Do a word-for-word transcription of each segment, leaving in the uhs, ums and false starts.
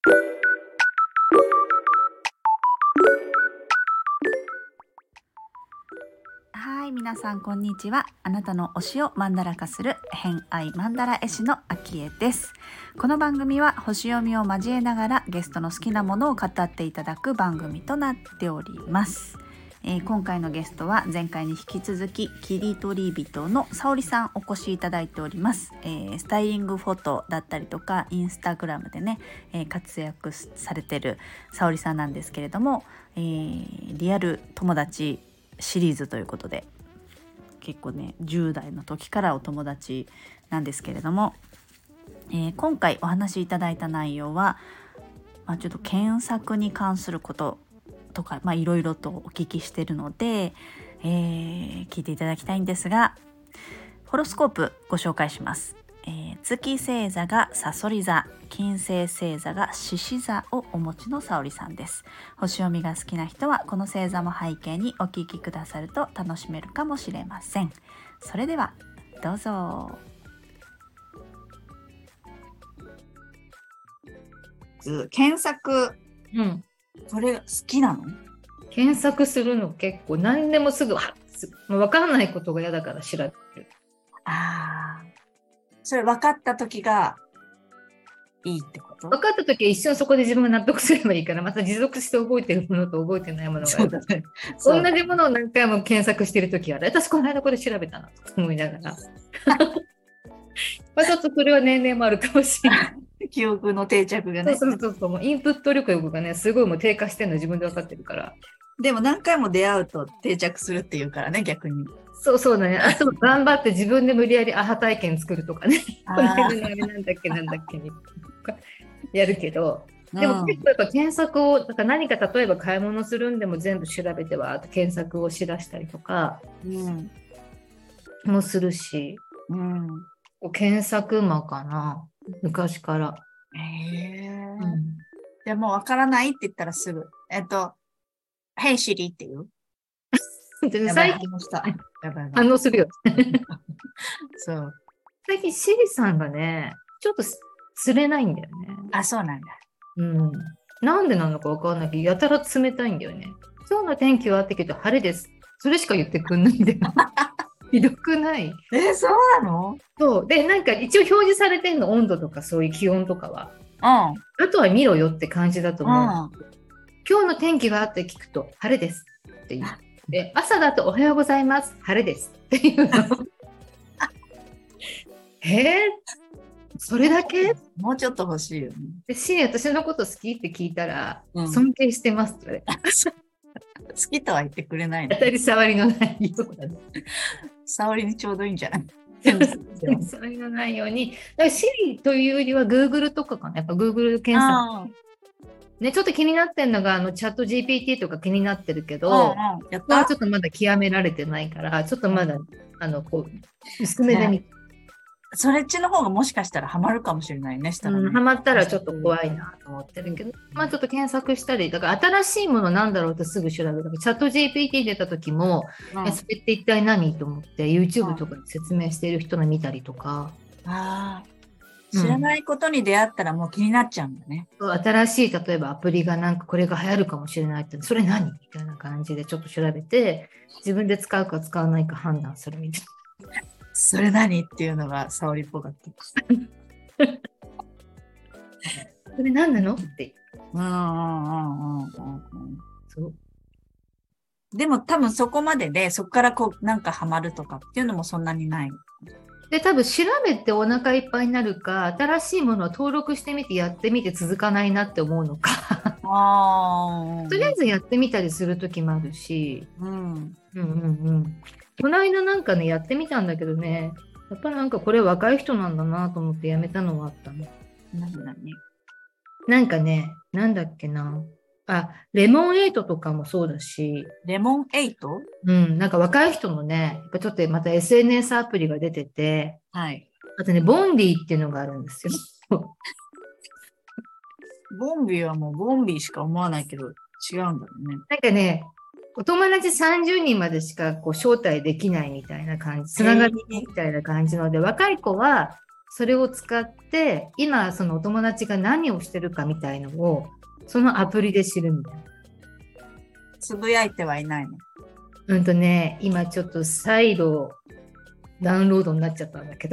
はい、皆さんこんにちは。あなたの推しをマンダラ化する偏愛マンダラ絵師のあきえです。この番組は星読みを交えながらゲストの好きなものを語っていただく番組となっております。えー、今回のゲストは前回に引き続き切り取り人のさおりさんお越しいただいております。えー、スタイリングフォトだったりとかインスタグラムでね、えー、活躍されてるさおりさんなんですけれども、えー、リアル友達シリーズということで結構ねじゅう代の時からお友達なんですけれども、えー、今回お話しいただいた内容は、まあ、ちょっと検索に関することとかいろいろとお聞きしてるので、えー、聞いていただきたいんですが、ホロスコープご紹介します。えー、月星座がさそり座、金星星座が獅子座をお持ちのさおりさんです。星読みが好きな人はこの星座も背景にお聞きくださると楽しめるかもしれません。それではどうぞ。検索、 うん、 これ好きなの？ 検索するの結構何でもすぐ分からないことが嫌だから調べる。 ああ、それ分かった時がいいってこと？ 分かった時は一瞬そこで自分が納得すればいいから、また持続して覚えてるものと覚えてないものがある。ね、同じものを何回も検索してる時は、私この間これ調べたなと思いながらまあちょっとそれは年齢もあるかもしれない記憶の定着がね。 そうそうそうそう、もうインプット力がねすごいもう低下してるの自分で分かってるから。 でも何回も出会うと定着するっていうからね、逆に。 そうそうだね。あと頑張って自分で無理やりアハ体験作るとかね。この辺のあれなんだっけなんだっけにやるけど、でも結構やっぱ検索を、なんか何か例えば買い物するんでも全部調べては検索をしだしたりとかもするし、うん、検索魔かな、昔から。 へえ。うん、でも分からないって言ったらすぐ、えっと、ヘイシリっていう最近反応するよそう。 最近シリさんがねちょっと釣れないんだよね。 あ、そうなんだ。 うん。なんでなのか分かんないけどやたら冷たいんだよね。今日の天気はって聞いて晴れです。それしか言ってくんないんだよひどくない？ えー、そうなの？ そうで、なんか一応表示されてんの、温度とかそういう気温とかは。 うん。あとは見ろよって感じだと思う。うん、今日の天気はって聞くと晴れですっていう。で朝だとおはようございます晴れですっていうのえー、それだけ？ もうちょっと欲しいよね。 でし、私のこと好きって聞いたら、うん、尊敬してますって言われて好きとは言ってくれないの？ 当たり障りのないようだね。 触りにちょうどいいんじゃない？ 触りのないように。だからシリというよりは Google とかかな。やっぱ Google 検索。ね、ちょっと気になってるのがあのチャット ジーピーティー とか気になってるけど、うんうん、やったちょっとまだ極められてないからちょっとまだあのこう薄めで見て、ね、 それっちの方がもしかしたらハマるかもしれないね。したらね、 うん、ハマったらちょっと怖いなと思ってるけど、うん、まあちょっと検索したりだから新しいものなんだろうってすぐ調べる。チャット ジーピーティー 出た時も、うん、えそれって一体何と思って YouTube とかで説明している人の見たりとか、 うん、あ知らないことに出会ったらもう気になっちゃうんだね。 うん、新しい例えばアプリがなんかこれが流行るかもしれないってそれ何みたいな感じでちょっと調べて自分で使うか使わないか判断するみたいな。 それ何っていうのが沙織っぽかったそれ何なのってうんうんうんうんうんそうでも多分そこまででそこからこうなんかハマるとかっていうのもそんなにないで多分調べてお腹いっぱいになるか新しいものを登録してみてやってみて続かないなって思うのかあとりあえずやってみたりする時もあるし、うん、うんうんうんこの間なんかねやってみたんだけどねやっぱなんかこれ若い人なんだなと思ってやめたのはあったの。 何何なんかねなんだっけなあレモンエイトとかもそうだしレモンエイトうんなんか若い人のねやっぱちょっとまた エスエヌエス アプリが出てて、 はい、 あとねボンビーっていうのがあるんですよボンビーはもうボンビーしか思わないけど違うんだろうね。 なんかねお友達さんじゅうにんまでしかこう招待できないみたいな感じつながりみたいな感じので、若い子はそれを使って今そのお友達が何をしてるかみたいのをそのアプリで知るみたいな。 つぶやいてはいないの？ うんとね、今ちょっと再度ダウンロードになっちゃったんだけど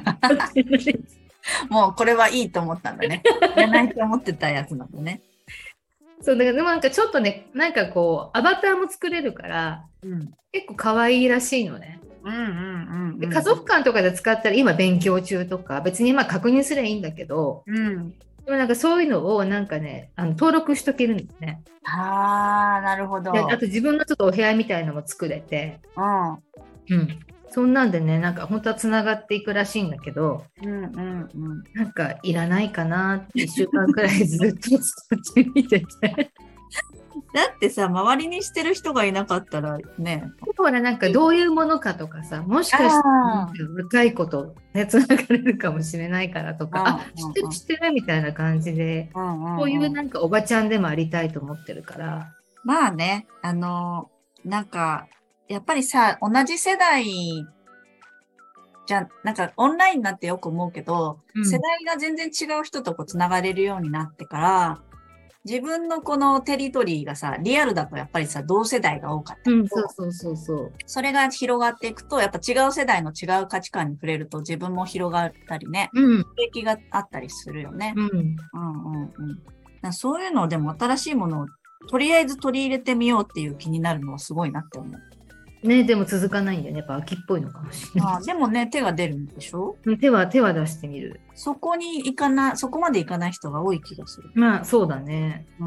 もうこれはいいと思ったんだね。いらないと思ってたやつなんだね。 そうだからでもなんかちょっとね、なんかこうアバターも作れるから、うん、結構可愛いらしいのね。 うんうんうんうん、 で家族間とかで使ったら今勉強中とか別にまあ確認すればいいんだけど、うん、でもなんかそういうのをなんかねあの登録しとけるんですね。 あー、なるほど。 であと自分のちょっとお部屋みたいなのも作れて、うん、うん、そんなんでねなんか本当はつながっていくらしいんだけど、うんうんうん、なんかいらないかなっていっしゅうかんくらいずっと使ってみててだってさ周りにしてる人がいなかったらね、 ほらなんかどういうものかとかさ、もしかしたら若い子とねつながれるかもしれないからとか、あ、知ってる知ってるみたいな感じで、こういうなんかおばちゃんでもありたいと思ってるから。 まあね、あのなんかやっぱりさ同じ世代じゃなんかオンラインになってよく思うけど、うん、世代が全然違う人とこうつながれるようになってから自分のこのテリトリーがさリアルだとやっぱりさ同世代が多かったり、うん、 そうそうそうそうそれが広がっていくとやっぱ違う世代の違う価値観に触れると自分も広がったりね、うん、刺激があったりするよね、うん、うんうんうんそういうのでも新しいものをとりあえず取り入れてみようっていう気になるのはすごいなって思うね。でも続かないんだよね。やっぱ秋っぽいのかもしれない。 あでもね手が出るんでしょ。 手は手は出してみる。 そこに行かないそこまで行かない人が多い気がする。 まあそうだね、うん、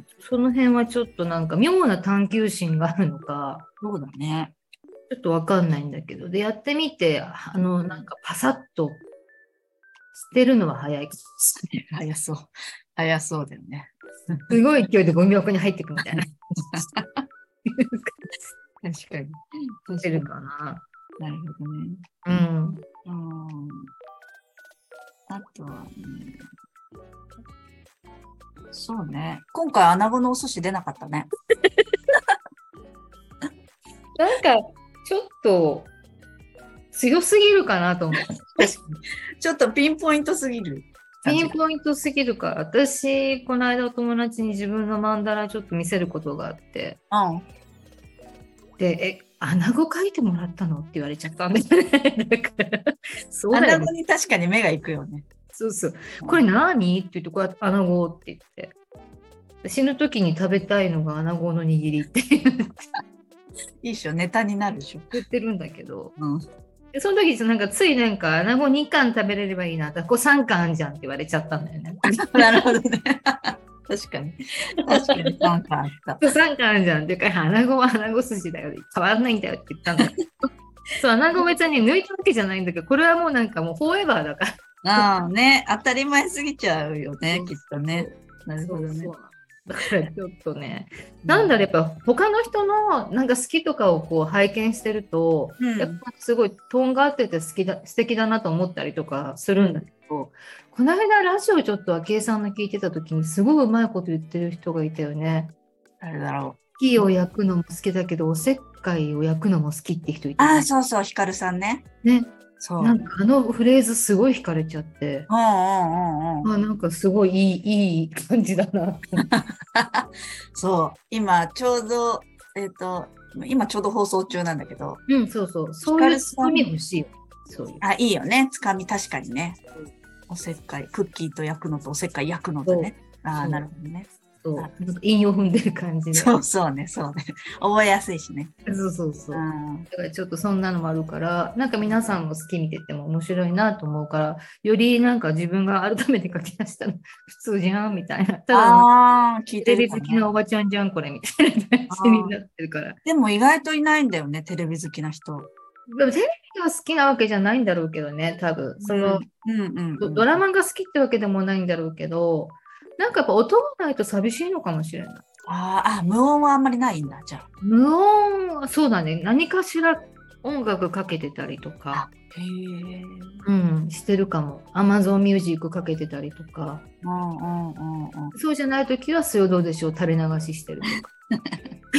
その辺はちょっとなんか妙な探求心があるのかそうだねちょっとわかんないんだけどでやってみてあのなんかパサッと捨てるのは早い早そう早そうだよねすごい勢いでゴミ箱に入っていくみたいな確かに。 出るかな。 なるほどね。 うん。うん。 あとは、ね、そうね。今回、穴子のお寿司出なかったね。 なんか、ちょっと、強すぎるかなと思う。 ちょっとピンポイントすぎる。 ピンポイントすぎるから、私、この間お友達に自分のマンダラちょっと見せることがあって。うん。で、え、穴子描いてもらったのって言われちゃったんだよね。だからそうだよね。穴子に確かに目がいくよね。 そうそう。これ何って言って、これ穴子って言って。死ぬ時に食べたいのが穴子の握りっていう。 いいっしょ、ネタになるでしょ。 言ってるんだけど。うん、でその時なんかついなんか穴子にかん食べれればいいな。ここさんかんあんじゃんって言われちゃったんだよね。 なるほどね。確かに。確かにさんかんあった。 さんかんあるじゃん。っていうか、穴子は穴子寿司だよ。変わらないんだよって言ったんだけど。そう、穴子別に抜いたわけじゃないんだけど、これはもうなんかもうフォーエバーだから。 ああね、当たり前すぎちゃうよね、きっとね。なるほどね。そうそうだからちょっとね、なんだろうやっぱ他の人のなんか好きとかをこう拝見してると、うん、やっぱすごいトーンが合ってて好きだ素敵だなと思ったりとかするんだけど、うん、この間ラジオちょっと昭恵さんの聞いてた時にすごいうまいこと言ってる人がいたよね。 誰だろう。 火を焼くのも好きだけどおせっかいを焼くのも好きって人いた、 ね。ああそうそうひかるさんね。 ね。そうなんかあのフレーズすごい惹かれちゃって、うんうんうんうん、あなんかすごいいいいい感じだなそう今ちょうどえっ、ー、と今ちょうど放送中なんだけど、 うんそうそうそういうつかみ欲しいよ。 そういうあいいよねつかみ確かにね、おせっかいクッキーと焼くのとおせっかい焼くのとねああなるほどね。 そうなんか韻を踏んでる感じで。 そうそうね、そうね。覚えやすいしね。 そうそうそう。だからちょっとそんなのもあるから、なんか皆さんも好き見てても面白いなと思うから、よりなんか自分が改めて書き出したら普通じゃんみたいな。ただあ聞いてるテレビ好きのおばちゃんじゃんこれみたいな感じになってるから。 でも意外といないんだよね、テレビ好きな人。 でもテレビが好きなわけじゃないんだろうけどね、多分。その、うんうんうん、ドラマが好きってわけでもないんだろうけど、なんかやっぱ音がないと寂しいのかもしれない。 ああ、無音はあんまりないんだ、じゃあ。 無音はそうだね。何かしら音楽かけてたりとか、 へえ、 うん、してるかも。Amazon Music かけてたりとか。 うんうんうんうん、 そうじゃないときは、水曜どうでしょう、垂れ流ししてるとか。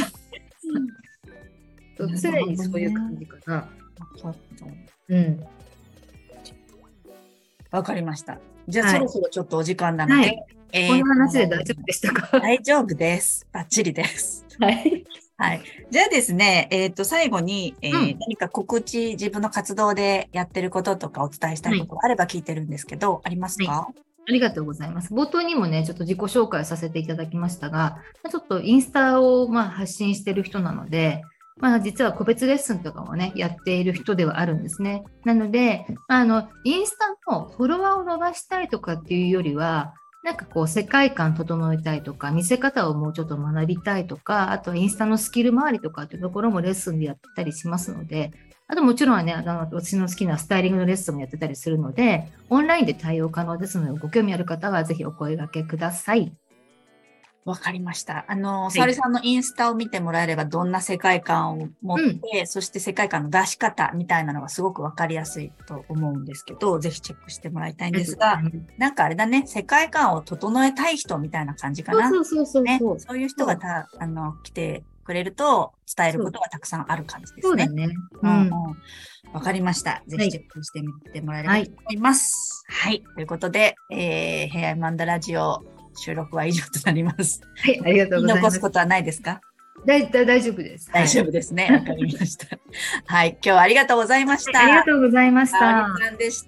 うん、常にそういう感じかな。うん。 わかりました。じゃあ、 はい、 そろそろちょっとお時間なので、 はい、 えーこの話で大丈夫でしたか？ 大丈夫です。バッチリです。 はい。 はい。じゃあですね、えっと、最後に、えーうん。 何か告知、自分の活動でやってることとかお伝えしたいこはい。 とがあれば聞いてるんですけど、ありますはい。 か？ ありがとうございます。冒頭にもね、ちょっと自己紹介させていただきましたが、まあちょっとインスタをまあ発信している人なので、まあ、実は個別レッスンとかもね、やっている人ではあるんですね。なので、あの、インスタのフォロワーを伸ばしたいとかっていうよりは、なんかこう、世界観整えたいとか、見せ方をもうちょっと学びたいとか、あとはインスタのスキル周りとかっていうところもレッスンでやったりしますので、あともちろんはね、あの私の好きなスタイリングのレッスンもやってたりするので、オンラインで対応可能ですので、ご興味ある方はぜひお声掛けください。 わかりました。あの、 はい。 沙織さんのインスタを見てもらえれば、どんな世界観を持っうん。 て、そして世界観の出し方みたいなのがすごくわかりやすいと思うんですけど、ぜひチェックしてもらいたいんありですが、 がとうございます。 なんかあれだね、世界観を整えたい人みたいな感じかな。 そうそうそうね、 そう。 そういう人そうがた、あの、来てくれると、伝えるそうことがたくさんある感じですね。 そうだね。ううんうん。 ん。 わかりました。ぜはい。 ひチェックしてみてもらえればはい。 と思います。はい。ということで、えー、ヘアマンダラジオ収録は以上となります。 はい。ありがとう言いございます。 残すことはないですか？ だい、だ、大丈夫です。 大はい。 丈夫ですね。わかりました。はい。今日はありがとうございましありがた。 とうございまし沙織た。 さんでした。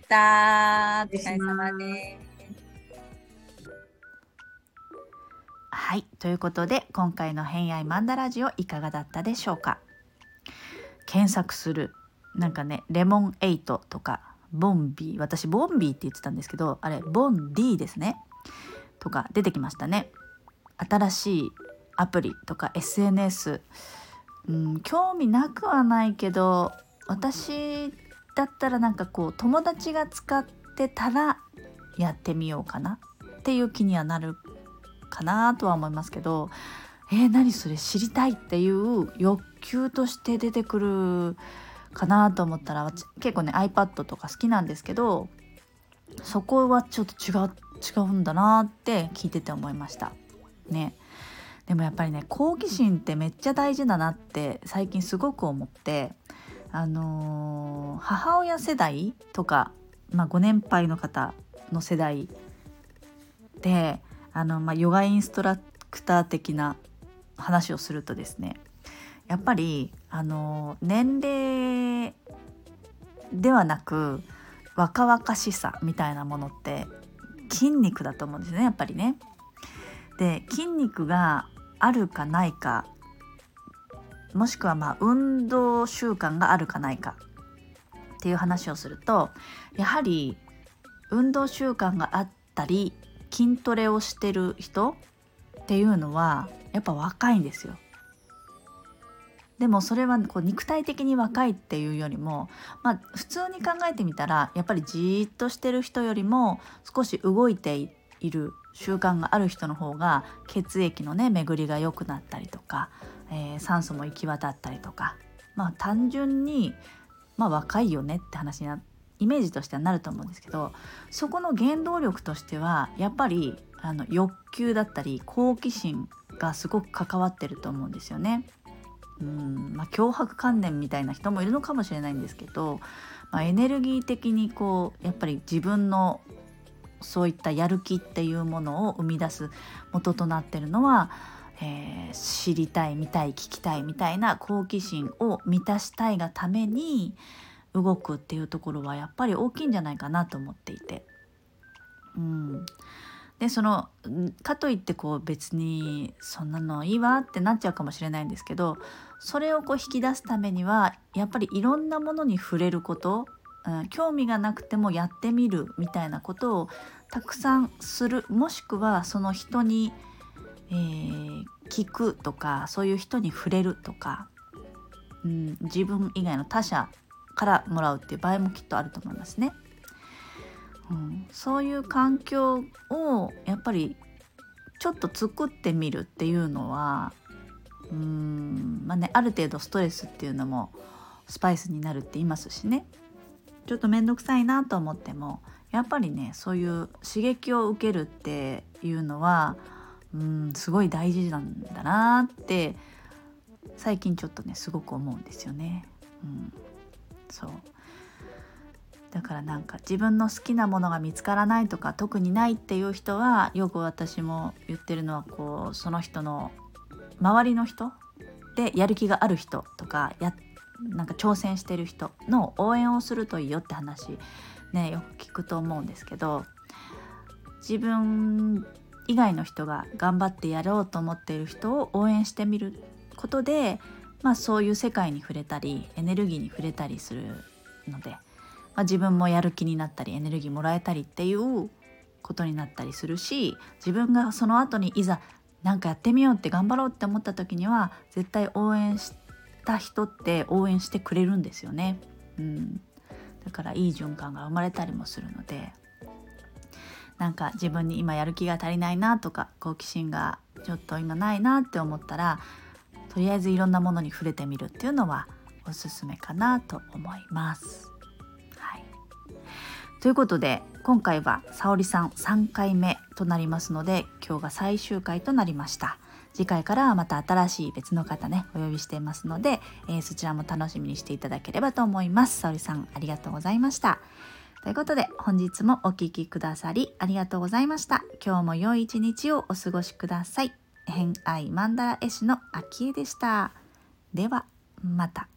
お疲失礼しまれ様す。 です。はい。ということで、今回の偏愛マンダラジオいかがだったでしょうか？検索する。なんかね、レモンエイトとか、ボンビー。私、ボンビーって言ってたんですけど、あれ、ボンディーですね。とか出てきましたね。新しいアプリとか エスエヌエス、うん、興味なくはないけど、私だったらなんかこう友達が使ってたらやってみようかなっていう気にはなるかなとは思いますけど、えー、何それ知りたいっていう欲求として出てくるかなと思ったら、結構ね iPad とか好きなんですけど、そこはちょっと違う違うんだなって聞いてて思いましたね。でもやっぱりね、好奇心ってめっちゃ大事だなって最近すごく思って、あのー母親世代とか、まあ、ご年配の方の世代で、あの、まあ、ヨガインストラクター的な話をするとですね、やっぱり、あのー年齢ではなく若々しさみたいなものって筋肉だと思うんですね、やっぱりね。で、筋肉があるかないか、もしくはまあ運動習慣があるかないかっていう話をすると、やはり運動習慣があったり筋トレをしてる人っていうのはやっぱ若いんですよ。でもそれはこう肉体的に若いっていうよりも、まあ、普通に考えてみたらやっぱりじーっとしてる人よりも少し動いている習慣がある人の方が血液のね巡りが良くなったりとか、えー酸素も行き渡ったりとか、まあ単純に、まあ、若いよねって話になイメージとしてはなると思うんですけど、そこの原動力としてはやっぱりあの欲求だったり好奇心がすごく関わってると思うんですよね。うんまあ、強迫観念みたいな人もいるのかもしれないんですけど、まあ、エネルギー的にこうやっぱり自分のそういったやる気っていうものを生み出す元となっているのは、えー知りたい見たい聞きたいみたいな好奇心を満たしたいがために動くっていうところはやっぱり大きいんじゃないかなと思っていて、うん、でそのかといってこう別にそんなのいいわってなっちゃうかもしれないんですけど、それをこう引き出すためにはやっぱりいろんなものに触れること、うん、興味がなくてもやってみるみたいなことをたくさんする、もしくはその人に、えー聞くとか、そういう人に触れるとか、うん、自分以外の他者からもらうっていう場合もきっとあると思いますね。うん、そういう環境をやっぱりちょっと作ってみるっていうのは、うーん、まあね、ある程度ストレスっていうのもスパイスになるって言いますしね。ちょっと面倒くさいなと思ってもやっぱりね、そういう刺激を受けるっていうのは、うん、すごい大事なんだなって最近ちょっとねすごく思うんですよね。うん、そうだからなんか自分の好きなものが見つからないとか特にないっていう人は、よく私も言ってるのはこうその人の周りの人でやる気がある人とかやなんか挑戦してる人の応援をするといいよって話ね、よく聞くと思うんですけど、自分以外の人が頑張ってやろうと思っている人を応援してみることで、まあ、そういう世界に触れたりエネルギーに触れたりするので、まあ、自分もやる気になったりエネルギーもらえたりっていうことになったりするし、自分がその後にいざなんかやってみようって頑張ろうって思った時には絶対応援した人って応援してくれるんですよね、うん、だからいい循環が生まれたりもするので、なんか自分に今やる気が足りないなとか好奇心がちょっと今ないなって思ったら、とりあえずいろんなものに触れてみるっていうのはおすすめかなと思います、はい、ということで今回はさおりさんさんかいめとなりますので、今日が最終回となりました。次回からはまた新しい別の方ねお呼びしていますので、えー、そちらも楽しみにしていただければと思います。さおりさんありがとうございました。ということで本日もお聞きくださりありがとうございました。今日も良い一日をお過ごしください。偏愛マンダラ絵師のあきえでした。ではまた。